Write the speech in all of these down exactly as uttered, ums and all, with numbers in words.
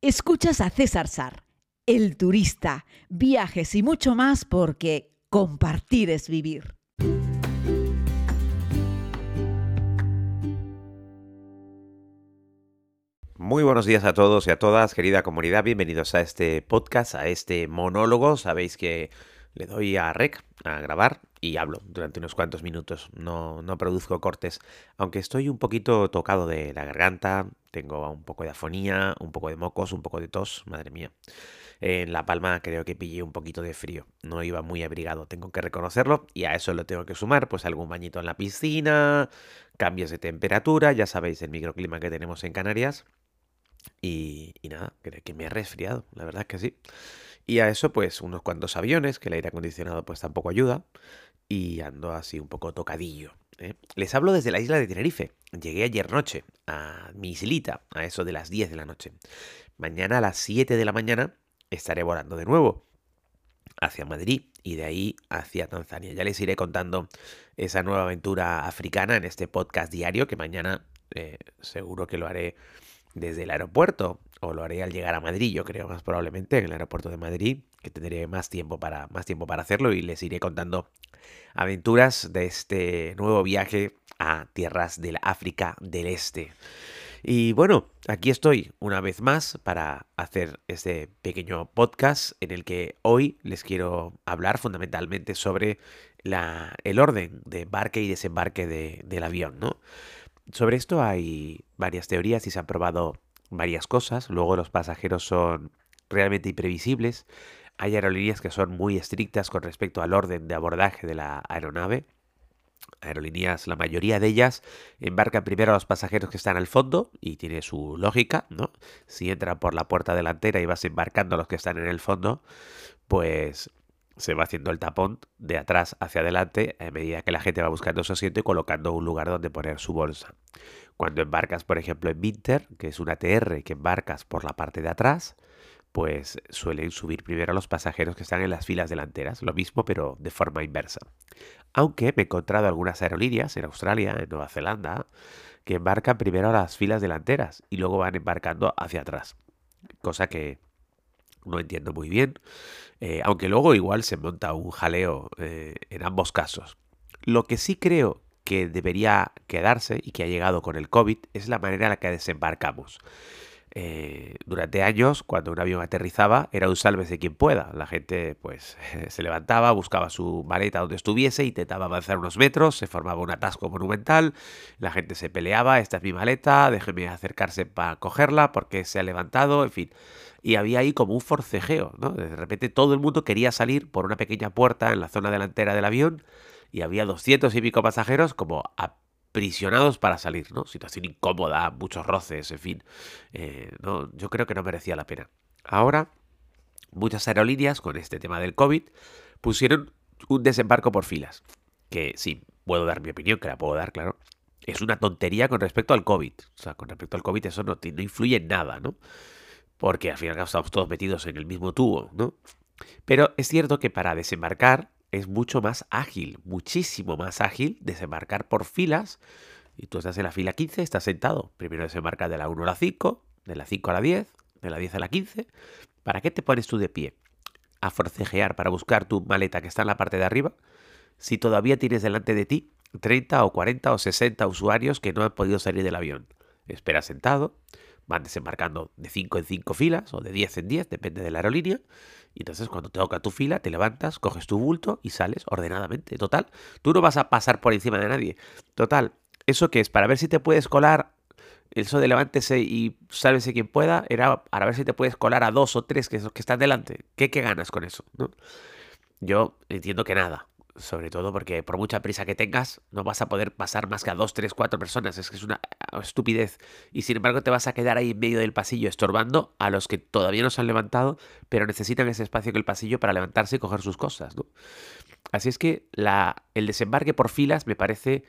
Escuchas a César Sar, el turista, viajes y mucho más porque compartir es vivir. Muy buenos días a todos y a todas, querida comunidad. Bienvenidos a este podcast, a este monólogo. Sabéis que le doy a rec, a grabar, y hablo durante unos cuantos minutos. No, no produzco cortes, aunque estoy un poquito tocado de la garganta. Tengo un poco de afonía, un poco de mocos, un poco de tos. Madre mía. En La Palma creo que pillé un poquito de frío. No iba muy abrigado, tengo que reconocerlo. Y a eso lo tengo que sumar, pues algún bañito en la piscina, cambios de temperatura. Ya sabéis el microclima que tenemos en Canarias. Y, y nada, creo que me he resfriado, la verdad es que sí. Y a eso pues unos cuantos aviones, que el aire acondicionado pues tampoco ayuda. Y ando así un poco tocadillo, ¿eh? Les hablo desde la isla de Tenerife. Llegué ayer noche a mi islita, a eso de las diez de la noche. Mañana a las siete de la mañana estaré volando de nuevo hacia Madrid y de ahí hacia Tanzania. Ya les iré contando esa nueva aventura africana en este podcast diario, que mañana eh, seguro que lo haré desde el aeropuerto, o lo haré al llegar a Madrid, yo creo más probablemente en el aeropuerto de Madrid, que tendré más tiempo para, más tiempo para hacerlo, y les iré contando aventuras de este nuevo viaje a tierras del África del Este. Y bueno, aquí estoy una vez más para hacer este pequeño podcast en el que hoy les quiero hablar fundamentalmente sobre la, el orden de embarque y desembarque de, del avión, ¿no? Sobre esto hay varias teorías y se han probado varias cosas. Luego los pasajeros son realmente imprevisibles. Hay aerolíneas que son muy estrictas con respecto al orden de abordaje de la aeronave. Aerolíneas, la mayoría de ellas, embarcan primero a los pasajeros que están al fondo y tiene su lógica, ¿no? Si entran por la puerta delantera y vas embarcando a los que están en el fondo, pues se va haciendo el tapón de atrás hacia adelante a medida que la gente va buscando su asiento y colocando un lugar donde poner su bolsa. Cuando embarcas, por ejemplo, en Binter, que es una T R que embarcas por la parte de atrás, pues suelen subir primero a los pasajeros que están en las filas delanteras. Lo mismo, pero de forma inversa. Aunque me he encontrado algunas aerolíneas en Australia, en Nueva Zelanda, que embarcan primero a las filas delanteras y luego van embarcando hacia atrás. Cosa que no entiendo muy bien, eh, aunque luego igual se monta un jaleo eh, en ambos casos. Lo que sí creo que debería quedarse y que ha llegado con el COVID es la manera en la que desembarcamos. Eh, durante años, cuando un avión aterrizaba, era un sálvese quien pueda. La gente pues se levantaba, buscaba su maleta donde estuviese, intentaba avanzar unos metros, se formaba un atasco monumental, la gente se peleaba, esta es mi maleta, déjeme acercarse para cogerla porque se ha levantado, en fin. Y había ahí como un forcejeo, ¿no? De repente todo el mundo quería salir por una pequeña puerta en la zona delantera del avión y había doscientos y pico pasajeros como a prisionados para salir, ¿no? Situación incómoda, muchos roces, en fin. Eh, no, yo creo que no merecía la pena. Ahora, muchas aerolíneas, con este tema del COVID, pusieron un desembarco por filas. Que sí, puedo dar mi opinión, que la puedo dar, claro. Es una tontería con respecto al COVID. O sea, con respecto al COVID eso no, no influye en nada, ¿no? Porque al final estamos todos metidos en el mismo tubo, ¿no? Pero es cierto que para desembarcar es mucho más ágil, muchísimo más ágil desembarcar por filas. Y tú estás en la fila quince, estás sentado. Primero desembarcas de la uno a la cinco, de la cinco a la diez, de la diez a la quince. ¿Para qué te pones tú de pie? A forcejear para buscar tu maleta que está en la parte de arriba, si todavía tienes delante de ti treinta o cuarenta o sesenta usuarios que no han podido salir del avión. Espera sentado, van desembarcando de cinco en cinco filas o de diez en diez, depende de la aerolínea. Y entonces cuando te toca tu fila, te levantas, coges tu bulto y sales ordenadamente. Total, tú no vas a pasar por encima de nadie. Total, ¿eso qué es? Para ver si te puedes colar, eso de levántese y sálvese quien pueda, era para ver si te puedes colar a dos o tres que, que están delante. ¿Qué, qué ganas con eso? ¿No? Yo entiendo que nada. Sobre todo porque por mucha prisa que tengas, no vas a poder pasar más que a dos, tres, cuatro personas. Es que es una estupidez. Y sin embargo te vas a quedar ahí en medio del pasillo estorbando a los que todavía no se han levantado, pero necesitan ese espacio en el pasillo para levantarse y coger sus cosas, ¿no? Así es que la, el desembarque por filas me parece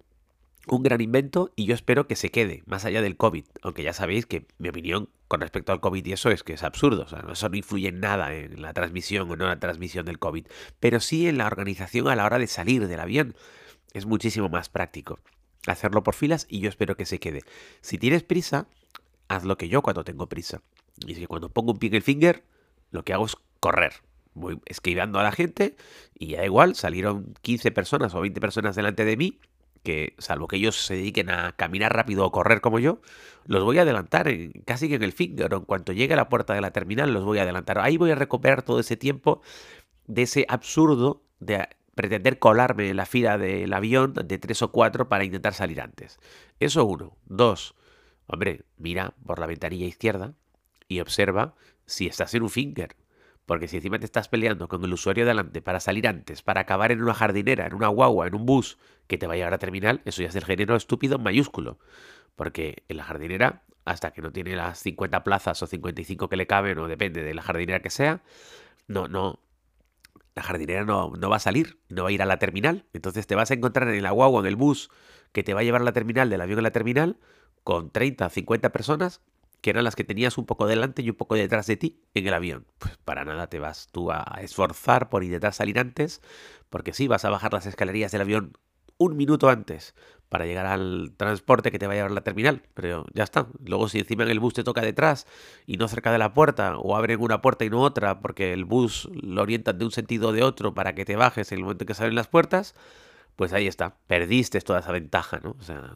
un gran invento y yo espero que se quede, más allá del COVID. Aunque ya sabéis que mi opinión con respecto al COVID y eso es que es absurdo. O sea, eso no influye en nada en la transmisión o no en la transmisión del COVID. Pero sí en la organización a la hora de salir del avión. Es muchísimo más práctico hacerlo por filas y yo espero que se quede. Si tienes prisa, haz lo que yo cuando tengo prisa. Y es que cuando pongo un pie en el finger, lo que hago es correr. Voy esquivando a la gente y da igual, salieron quince personas o veinte personas delante de mí, que salvo que ellos se dediquen a caminar rápido o correr como yo, los voy a adelantar en, casi que en el finger, o en cuanto llegue a la puerta de la terminal los voy a adelantar. Ahí voy a recuperar todo ese tiempo de ese absurdo de pretender colarme en la fila del avión de tres o cuatro para intentar salir antes. Eso uno. Dos, hombre, mira por la ventanilla izquierda y observa si estás en un finger. Porque si encima te estás peleando con el usuario de delante para salir antes, para acabar en una jardinera, en una guagua, en un bus que te va a llevar a terminal, eso ya es del género estúpido en mayúsculo. Porque en la jardinera, hasta que no tiene las cincuenta plazas o cincuenta y cinco que le caben, o depende de la jardinera que sea, no, no, la jardinera no, no va a salir, no va a ir a la terminal. Entonces te vas a encontrar en la guagua, en el bus que te va a llevar a la terminal, del avión a la terminal, con treinta, cincuenta personas, que eran las que tenías un poco delante y un poco detrás de ti en el avión. Pues para nada te vas tú a esforzar por intentar salir antes, porque sí, vas a bajar las escalerías del avión un minuto antes para llegar al transporte que te va a llevar a la terminal, pero ya está. Luego si encima en el bus te toca detrás y no cerca de la puerta, o abren una puerta y no otra porque el bus lo orientan de un sentido o de otro para que te bajes en el momento en que salen las puertas, pues ahí está, perdiste toda esa ventaja, ¿no? O sea,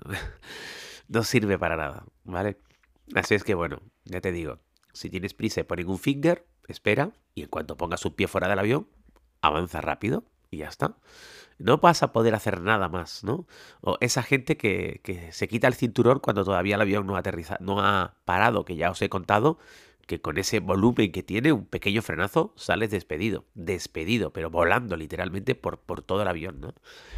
no sirve para nada, ¿vale? Así es que bueno, ya te digo, si tienes prisa y pones un finger, espera, y en cuanto pongas un pie fuera del avión, avanza rápido y ya está. No vas a poder hacer nada más, ¿no? O esa gente que, que se quita el cinturón cuando todavía el avión no ha aterriza, no ha parado, que ya os he contado que con ese volumen que tiene, un pequeño frenazo, sales despedido, despedido, pero volando literalmente por, por todo el avión, ¿no?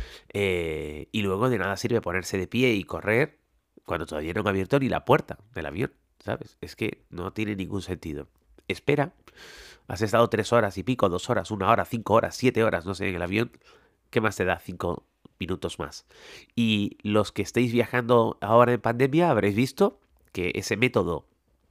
Eh, y luego de nada sirve ponerse de pie y correr cuando todavía no han abierto ni la puerta del avión, ¿sabes? Es que no tiene ningún sentido. Espera, has estado tres horas y pico, dos horas, una hora, cinco horas, siete horas, no sé, en el avión. ¿Qué más te da cinco minutos más? Y los que estéis viajando ahora en pandemia habréis visto que ese método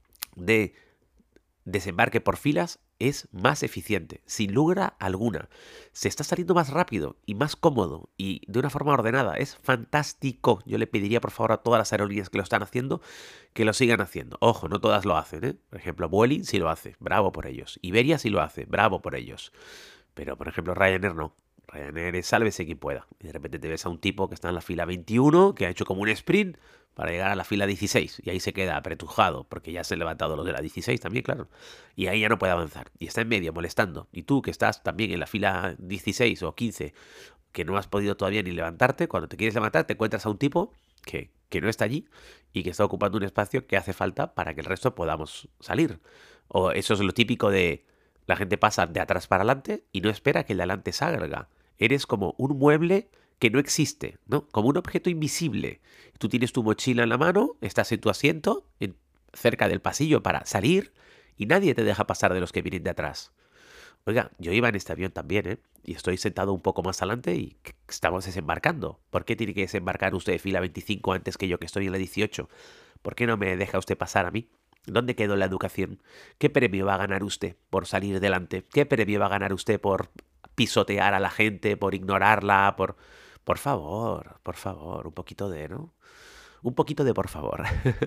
de desembarque por filas es más eficiente, sin lugar alguna. Se está saliendo más rápido y más cómodo y de una forma ordenada. Es fantástico. Yo le pediría por favor a todas las aerolíneas que lo están haciendo que lo sigan haciendo. Ojo, no todas lo hacen, ¿eh? Por ejemplo, Vueling sí lo hace, bravo por ellos. Iberia sí lo hace, bravo por ellos. Pero por ejemplo Ryanair no. Ryanair es sálvese quien pueda. Y de repente te ves a un tipo que está en la fila veintiuno, que ha hecho como un sprint para llegar a la fila dieciséis. Y ahí se queda apretujado, porque ya se han levantado los de la dieciséis también, claro. Y ahí ya no puede avanzar. Y está en medio molestando. Y tú que estás también en la fila dieciséis o quince, que no has podido todavía ni levantarte, cuando te quieres levantar te encuentras a un tipo que, que no está allí y que está ocupando un espacio que hace falta para que el resto podamos salir. O eso es lo típico de la gente pasa de atrás para adelante y no espera que el de adelante salga. Eres como un mueble que no existe, ¿no? Como un objeto invisible. Tú tienes tu mochila en la mano, estás en tu asiento, en, cerca del pasillo para salir y nadie te deja pasar de los que vienen de atrás. Oiga, yo iba en este avión también, ¿eh? Y estoy sentado un poco más adelante y estamos desembarcando. ¿Por qué tiene que desembarcar usted de fila veinticinco antes que yo, que estoy en la dieciocho? ¿Por qué no me deja usted pasar a mí? ¿Dónde quedó la educación? ¿Qué premio va a ganar usted por salir delante? ¿Qué premio va a ganar usted por pisotear a la gente, por ignorarla, por... Por favor, por favor, un poquito de, ¿no? Un poquito de por favor.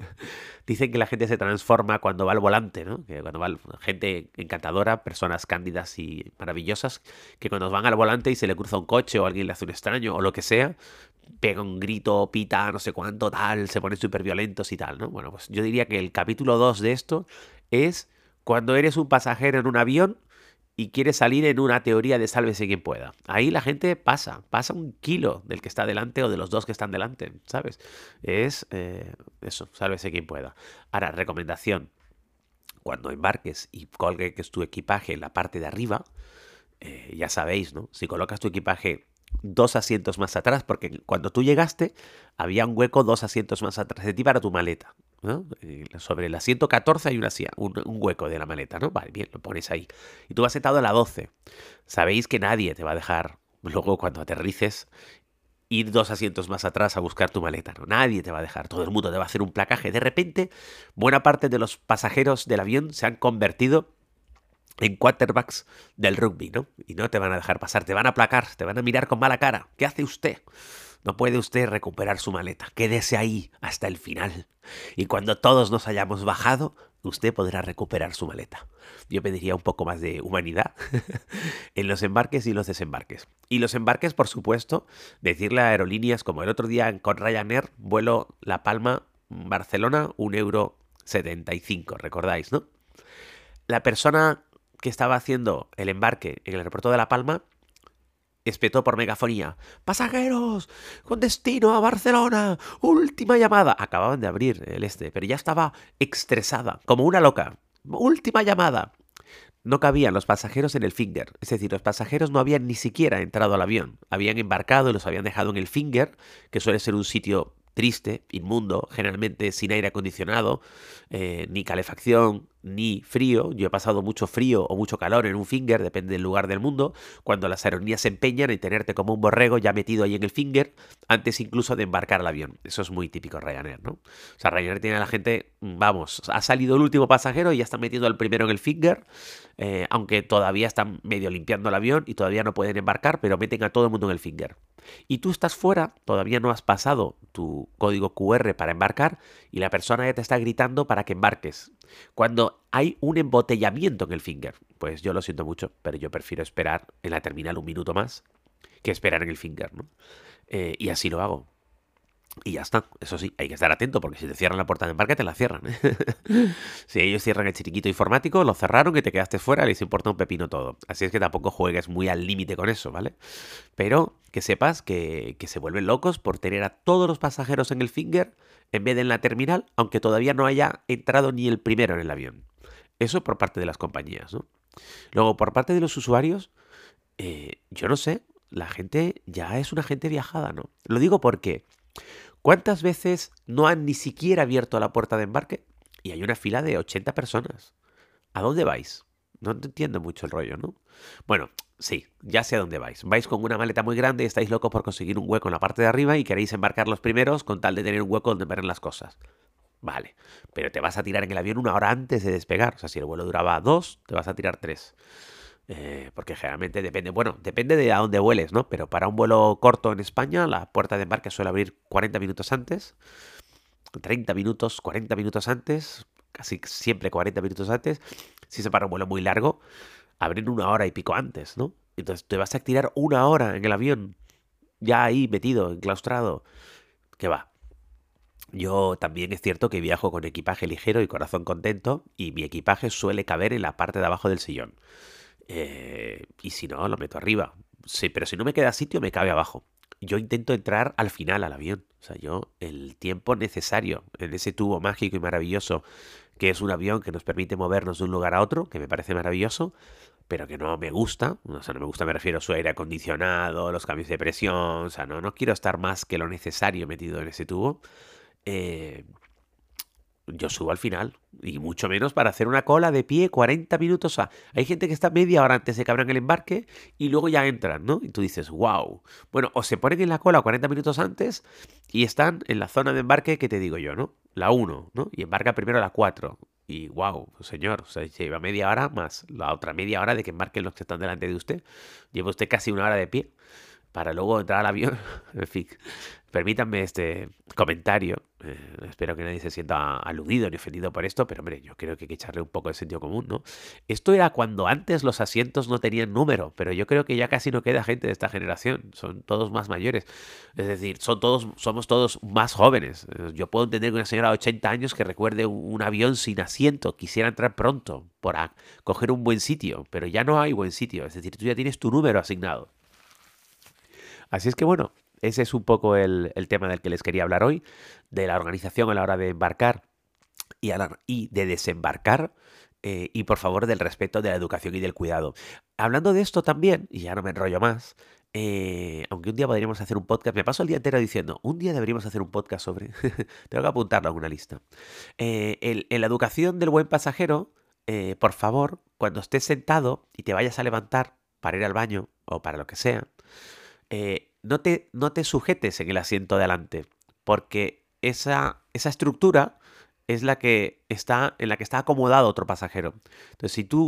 Dicen que la gente se transforma cuando va al volante, ¿no? Que cuando va gente encantadora, personas cándidas y maravillosas, que cuando van al volante y se le cruza un coche o alguien le hace un extraño o lo que sea, pega un grito, pita, no sé cuánto, tal, se ponen súper violentos y tal, ¿no? Bueno, pues yo diría que el capítulo dos de esto es cuando eres un pasajero en un avión y quiere salir en una teoría de sálvese quien pueda. Ahí la gente pasa, pasa un kilo del que está delante o de los dos que están delante, ¿sabes? Es eh, eso, sálvese quien pueda. Ahora, recomendación, cuando embarques y colgues tu equipaje en la parte de arriba, eh, ya sabéis, ¿no? Si colocas tu equipaje dos asientos más atrás, porque cuando tú llegaste había un hueco dos asientos más atrás de ti para tu maleta, ¿no? Sobre el asiento catorce hay una, un, un hueco de la maleta, ¿no? Vale, bien, lo pones ahí. Y tú vas sentado en la doce. Sabéis que nadie te va a dejar luego cuando aterrices ir dos asientos más atrás a buscar tu maleta, ¿no? Nadie te va a dejar, todo el mundo te va a hacer un placaje. De repente, buena parte de los pasajeros del avión se han convertido en quarterbacks del rugby, ¿no? Y no te van a dejar pasar, te van a aplacar, te van a mirar con mala cara. ¿Qué hace usted? No puede usted recuperar su maleta. Quédese ahí hasta el final. Y cuando todos nos hayamos bajado, usted podrá recuperar su maleta. Yo pediría un poco más de humanidad en los embarques y los desembarques. Y los embarques, por supuesto, decirle a aerolíneas como el otro día con Ryanair, vuelo La Palma, Barcelona, un euro setenta y cinco, recordáis, ¿no? La persona que estaba haciendo el embarque en el aeropuerto de La Palma espetó por megafonía: ¡pasajeros! ¡Con destino a Barcelona! ¡Última llamada! Acababan de abrir el este, pero ya estaba estresada, como una loca. ¡Última llamada! No cabían los pasajeros en el Finger, es decir, los pasajeros no habían ni siquiera entrado al avión. Habían embarcado y los habían dejado en el Finger, que suele ser un sitio triste, inmundo, generalmente sin aire acondicionado, eh, ni calefacción, ni frío. Yo he pasado mucho frío o mucho calor en un Finger, depende del lugar del mundo, cuando las aerolíneas se empeñan en tenerte como un borrego ya metido ahí en el Finger, antes incluso de embarcar al avión. Eso es muy típico Ryanair, ¿no? O sea, Ryanair tiene a la gente, vamos, ha salido el último pasajero y ya está metiendo al primero en el Finger, eh, aunque todavía están medio limpiando el avión y todavía no pueden embarcar, pero meten a todo el mundo en el Finger. Y tú estás fuera, todavía no has pasado tu código cu erre para embarcar y la persona ya te está gritando para que embarques. Cuando hay un embotellamiento en el Finger, pues yo lo siento mucho, pero yo prefiero esperar en la terminal un minuto más que esperar en el Finger, ¿no? Eh, y así lo hago. Y ya está. Eso sí, hay que estar atento porque si te cierran la puerta de embarque te la cierran. Si ellos cierran el chiringuito informático, lo cerraron y te quedaste fuera, les importa un pepino todo. Así es que tampoco juegues muy al límite con eso, ¿vale? Pero que sepas que, que se vuelven locos por tener a todos los pasajeros en el Finger en vez de en la terminal, aunque todavía no haya entrado ni el primero en el avión. Eso por parte de las compañías, ¿no? Luego, por parte de los usuarios, eh, yo no sé, la gente ya es una gente viajada, ¿no? Lo digo porque ¿cuántas veces no han ni siquiera abierto la puerta de embarque y hay una fila de ochenta personas? ¿A dónde vais? No entiendo mucho el rollo, ¿no? Bueno, sí, ya sé a dónde vais. Vais con una maleta muy grande y estáis locos por conseguir un hueco en la parte de arriba y queréis embarcar los primeros con tal de tener un hueco donde poner las cosas. Vale, pero te vas a tirar en el avión una hora antes de despegar. O sea, si el vuelo duraba dos, te vas a tirar tres. Eh, porque generalmente depende, bueno, depende de a dónde vueles, ¿no? Pero para un vuelo corto en España, la puerta de embarque suele abrir cuarenta minutos antes, treinta minutos, cuarenta minutos antes, casi siempre cuarenta minutos antes. Si se para un vuelo muy largo, abren una hora y pico antes, ¿no? Entonces te vas a tirar una hora en el avión, ya ahí metido, enclaustrado. ¿Qué va? Yo también es cierto que viajo con equipaje ligero y corazón contento, y mi equipaje suele caber en la parte de abajo del sillón. Eh, y si no, lo meto arriba. Sí, pero si no me queda sitio, me cabe abajo. Yo intento entrar al final al avión. O sea, yo el tiempo necesario en ese tubo mágico y maravilloso que es un avión que nos permite movernos de un lugar a otro, que me parece maravilloso, pero que no me gusta. O sea, no me gusta, me refiero a su aire acondicionado, los cambios de presión. O sea, no, no quiero estar más que lo necesario metido en ese tubo. Eh, yo subo al final, y mucho menos para hacer una cola de pie cuarenta minutos. O sea, hay gente que está media hora antes de que abran el embarque y luego ya entran, ¿no? Y tú dices, wow. Bueno, o se ponen en la cola cuarenta minutos antes y están en la zona de embarque que te digo yo, ¿no? La uno, ¿no? Y embarca primero la cuatro. Y wow, señor, o sea, lleva media hora más la otra media hora de que embarquen los que están delante de usted. Lleva usted casi una hora de pie para luego entrar al avión. En fin, permítanme este comentario. Eh, espero que nadie se sienta aludido ni ofendido por esto, pero hombre, yo creo que hay que echarle un poco de sentido común, ¿no? Esto era cuando antes los asientos no tenían número, pero yo creo que ya casi no queda gente de esta generación. Son todos más mayores. Es decir, son todos, somos todos más jóvenes. Yo puedo entender que una señora de ochenta años que recuerde un, un avión sin asiento quisiera entrar pronto para coger un buen sitio, pero ya no hay buen sitio. Es decir, tú ya tienes tu número asignado. Así es que bueno, ese es un poco el, el tema del que les quería hablar hoy, de la organización a la hora de embarcar y, a la- y de desembarcar, eh, y por favor del respeto, de la educación y del cuidado. Hablando de esto también, y ya no me enrollo más, eh, aunque un día podríamos hacer un podcast, me paso el día entero diciendo, un día deberíamos hacer un podcast sobre, tengo que apuntarlo en una lista. Eh, el- en la educación del buen pasajero, eh, por favor, cuando estés sentado y te vayas a levantar para ir al baño o para lo que sea, eh, no te, no te sujetes en el asiento de adelante, porque esa, esa estructura es la que está, en la que está acomodado otro pasajero. Entonces, si tú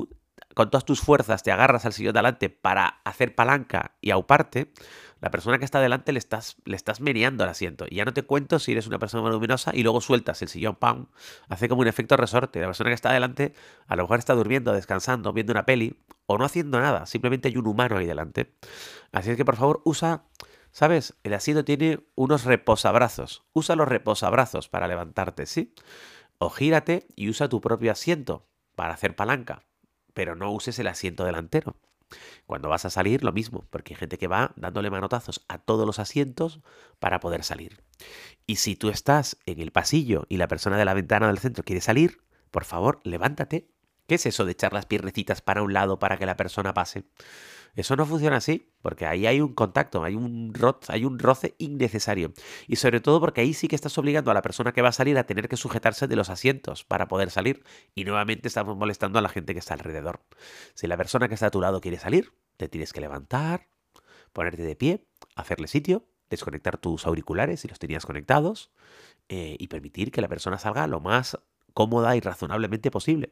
con todas tus fuerzas te agarras al sillón de adelante para hacer palanca y auparte, la persona que está delante le estás, le estás meneando el asiento. Y ya no te cuento si eres una persona voluminosa y luego sueltas el sillón, ¡pam! Hace como un efecto resorte. La persona que está delante a lo mejor está durmiendo, descansando, viendo una peli o no haciendo nada. Simplemente hay un humano ahí delante. Así es que por favor usa, ¿sabes? El asiento tiene unos reposabrazos. Usa los reposabrazos para levantarte, ¿sí? O gírate y usa tu propio asiento para hacer palanca. Pero no uses el asiento delantero. Cuando vas a salir, lo mismo, porque hay gente que va dándole manotazos a todos los asientos para poder salir. Y si tú estás en el pasillo y la persona de la ventana del centro quiere salir, por favor, levántate. ¿Qué es eso de echar las piernecitas para un lado para que la persona pase? Eso no funciona así, porque ahí hay un contacto, hay un, ro hay un roce innecesario. Y sobre todo porque ahí sí que estás obligando a la persona que va a salir a tener que sujetarse de los asientos para poder salir. Y nuevamente estamos molestando a la gente que está alrededor. Si la persona que está a tu lado quiere salir, te tienes que levantar, ponerte de pie, hacerle sitio, desconectar tus auriculares si los tenías conectados eh, y permitir que la persona salga lo más cómoda y razonablemente posible.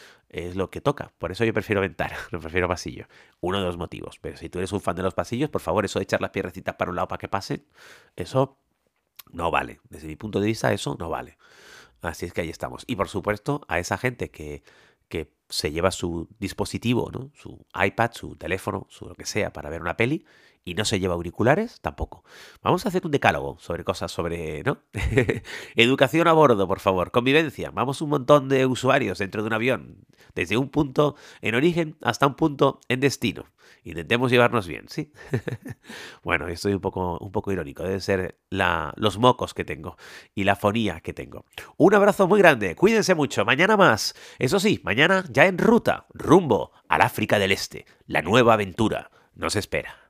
Es lo que toca. Por eso yo prefiero ventana, no prefiero pasillo. Uno de los motivos. Pero si tú eres un fan de los pasillos, por favor, eso de echar las piernecitas para un lado para que pasen, eso no vale. Desde mi punto de vista, eso no vale. Así es que ahí estamos. Y por supuesto, a esa gente que, que se lleva su dispositivo, ¿no? Su iPad, su teléfono, su lo que sea, para ver una peli, y no se lleva auriculares, tampoco. Vamos a hacer un decálogo sobre cosas sobre, ¿no? Educación a bordo, por favor. Convivencia. Vamos un montón de usuarios dentro de un avión, desde un punto en origen hasta un punto en destino. Intentemos llevarnos bien, ¿sí? Bueno, estoy un poco, un poco irónico. Deben ser la, los mocos que tengo y la fonía que tengo. Un abrazo muy grande. Cuídense mucho. Mañana más. Eso sí, mañana ya en ruta, rumbo al África del Este. La nueva aventura nos espera.